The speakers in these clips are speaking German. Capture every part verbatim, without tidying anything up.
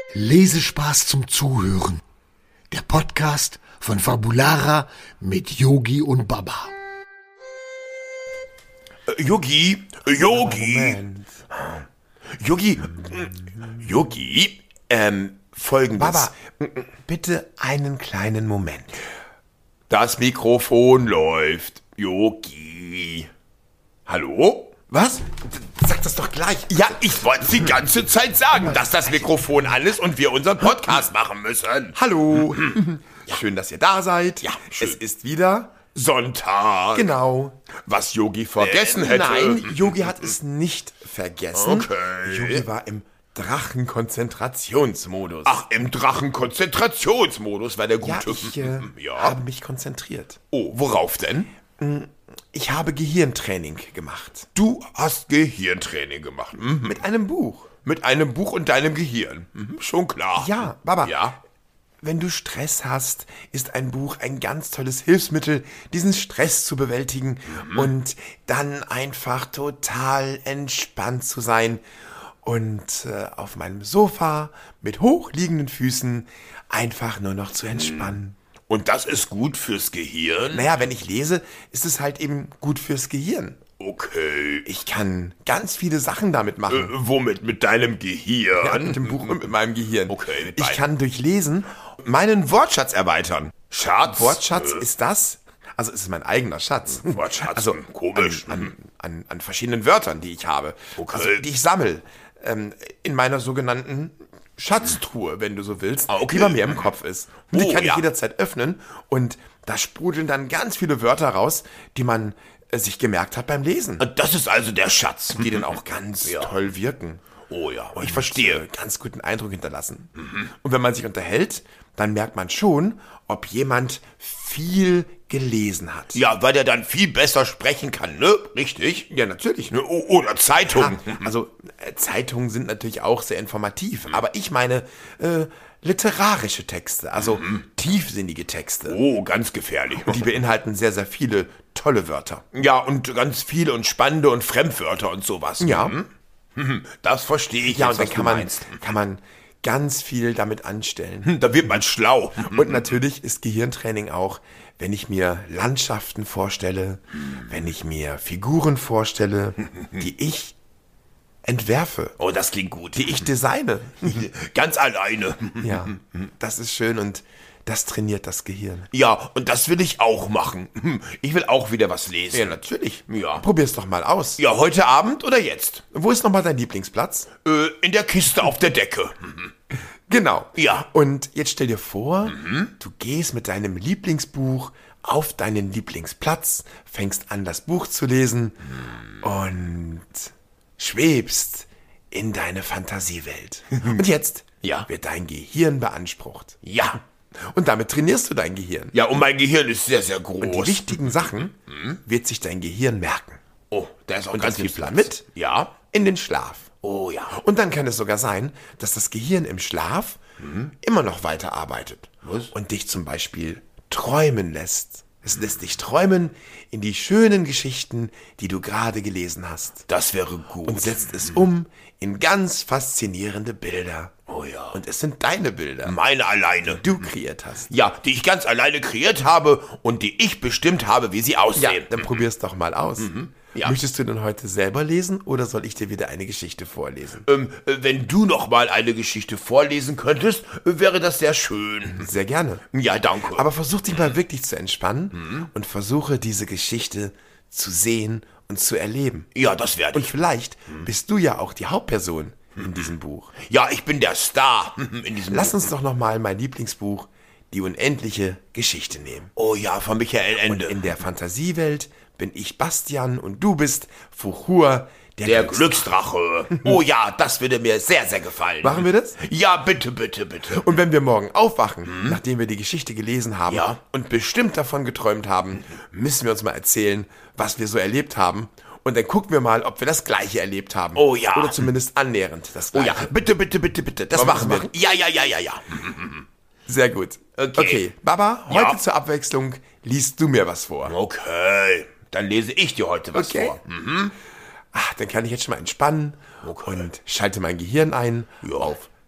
Lesespaß zum Zuhören. Der Podcast von Fabulara mit Yogi und Baba. Äh, Yogi, äh, Yogi, Moment. Yogi, Yogi, ähm, folgendes. Baba, bitte einen kleinen Moment. Das Mikrofon läuft. Yogi. Hallo? Was? Sag das doch gleich. Ja, ich wollte die ganze Zeit sagen, dass das Mikrofon an ist und wir unseren Podcast machen müssen. Hallo. Schön, dass ihr da seid. Ja, schön. Es ist wieder Sonntag. Genau. Was Yogi vergessen Äh, hätte. Nein, Yogi hat es nicht vergessen. Okay. Yogi war im Drachenkonzentrationsmodus. Ach, im Drachenkonzentrationsmodus war der ja, gute. ich äh, ja. habe mich konzentriert. Oh, worauf denn? Ich habe Gehirntraining gemacht. Du hast Gehirntraining gemacht. Mhm. Mit einem Buch. Mit einem Buch und deinem Gehirn. Mhm, schon klar. Ja, Baba. Ja. Wenn du Stress hast, ist ein Buch ein ganz tolles Hilfsmittel, diesen Stress zu bewältigen und dann einfach total entspannt zu sein und äh, auf meinem Sofa mit hochliegenden Füßen einfach nur noch zu entspannen. Und das ist gut fürs Gehirn? Naja, wenn ich lese, ist es halt eben gut fürs Gehirn. Okay. Ich kann ganz viele Sachen damit Äh, machen. womit? Mit deinem Gehirn? Ja, mit dem Buch und mit meinem Gehirn. Okay, mit ich beiden. kann durch Lesen meinen Wortschatz erweitern. Schatz? Wortschatz Äh, ist das, also es ist mein eigener Schatz. Wortschatz, Also komisch. An, an, an, an verschiedenen Wörtern, die ich habe. Okay. Also, die ich sammle. Ähm, in meiner sogenannten Schatztruhe, wenn du so willst, Ah, okay. die bei mir im Kopf ist. Und die Oh, kann ja. ich jederzeit öffnen und da sprudeln dann ganz viele Wörter raus, die man äh, sich gemerkt hat beim Lesen. Das ist also der Schatz. Die dann auch ganz toll wirken. Oh ja, ich Und, verstehe. äh, ganz guten Eindruck hinterlassen. Und wenn man sich unterhält, dann merkt man schon, ob jemand viel gelesen hat. Ja, weil der dann viel besser sprechen kann, ne? Richtig? Ja, natürlich. Ne? O- Oder Zeitung. Ja, also äh, Zeitungen sind natürlich auch sehr informativ, aber ich meine äh, literarische Texte, also tiefsinnige Texte. Oh, ganz gefährlich. Die beinhalten sehr, sehr viele tolle Wörter. Ja, und ganz viele und spannende und Fremdwörter und sowas. Ja. Mhm. Mhm. Das verstehe ich Ja, jetzt, und dann was kann du man, meinst. kann man ganz viel damit anstellen. Hm, Da wird man schlau. Und natürlich ist Gehirntraining auch, wenn ich mir Landschaften vorstelle, wenn ich mir Figuren vorstelle, die ich entwerfe, Oh, das klingt gut. die ich designe. Ganz alleine. Ja, das ist schön und das trainiert das Gehirn. Ja, und das will ich auch machen. Hm, Ich will auch wieder was lesen. Ja, natürlich. Ja. Probier's doch mal aus. Ja, heute Abend oder jetzt? Wo ist nochmal dein Lieblingsplatz? Äh, in der Kiste auf der Decke. Genau. Ja. Und jetzt stell dir vor, du gehst mit deinem Lieblingsbuch auf deinen Lieblingsplatz, fängst an, das Buch zu lesen und schwebst in deine Fantasiewelt. Und jetzt Ja. wird dein Gehirn beansprucht. Ja. Und damit trainierst du dein Gehirn. Ja, und mein Gehirn ist sehr, sehr Die groß. wichtigen Sachen wird sich dein Gehirn merken. Oh, da ist auch Und ganz das viel nimmst du Platz. mit Ja. in den Schlaf. Oh ja. Und dann kann es sogar sein, dass das Gehirn im Schlaf immer noch weiter arbeitet. Was? Und dich zum Beispiel träumen lässt. Es lässt dich träumen in die schönen Geschichten, die du gerade gelesen hast. Das wäre gut. Und setzt es um in ganz faszinierende Bilder. Oh ja. Und es sind deine Bilder, Meine alleine. die du kreiert hast. Ja, die ich ganz alleine kreiert habe und die ich bestimmt habe, wie sie Ja, aussehen. dann probier's doch mal aus. Ja. Möchtest du denn heute selber lesen oder soll ich dir wieder eine Geschichte vorlesen? Ähm, äh, wenn du noch mal eine Geschichte vorlesen könntest, äh, wäre das sehr schön. Sehr gerne. Ja, danke. Aber versuch dich mal wirklich zu entspannen und versuche diese Geschichte zu sehen und zu erleben. ja, das werde Und ich. vielleicht bist du ja auch die Hauptperson in diesem Buch. Ja, ich bin der Star in diesem Lass Buch. uns doch noch mal mein Lieblingsbuch, Die unendliche Geschichte, nehmen. Oh ja, von Michael Und Ende. in der Fantasiewelt bin ich Bastian und du bist Fuchur, der, Der Glücks- Glücksdrache. Oh ja, das würde mir sehr, sehr gefallen. Machen wir das? Ja, bitte, bitte, bitte. Und wenn wir morgen aufwachen, nachdem wir die Geschichte gelesen haben Ja. und bestimmt davon geträumt haben, müssen wir uns mal erzählen, was wir so erlebt haben. Und dann gucken wir mal, ob wir das Gleiche erlebt haben. Oh ja. Oder zumindest annähernd das Oh Gleiche. ja, bitte, bitte, bitte, bitte. Das Wollen wir machen das wir. machen? Ja, ja, ja, ja, ja. Sehr gut. Okay. Okay, Baba, Ja. heute zur Abwechslung liest du mir was vor. Okay, dann lese ich dir heute was Okay. vor. Ach, dann kann ich jetzt schon mal entspannen und schalte mein Gehirn ein Ja. auf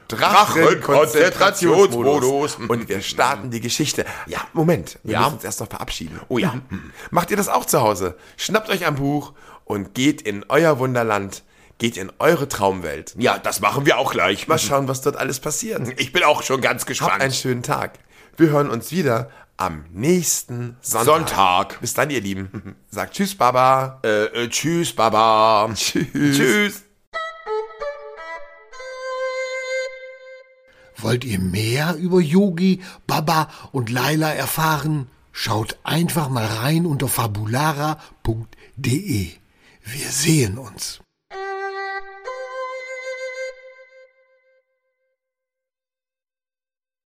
Drachen-Konzentrationsmodus. Und wir starten die Geschichte. Ja, Moment, wir Ja? müssen uns erst noch verabschieden. Oh ja. Macht ihr das auch zu Hause? Schnappt euch ein Buch und geht in euer Wunderland, geht in eure Traumwelt. Ja, das machen wir auch gleich. Mal schauen, was dort alles passiert. Ich bin auch schon ganz Habt einen gespannt. schönen Tag. Wir hören uns wieder am nächsten Sonntag. Sonntag. Bis dann, ihr Lieben. Sagt Tschüss, Baba. Äh, äh, tschüss, Baba. Tschüss. Tschüss. Wollt ihr mehr über Yogi, Baba und Laila erfahren? Schaut einfach mal rein unter fabulara punkt de. Wir sehen uns.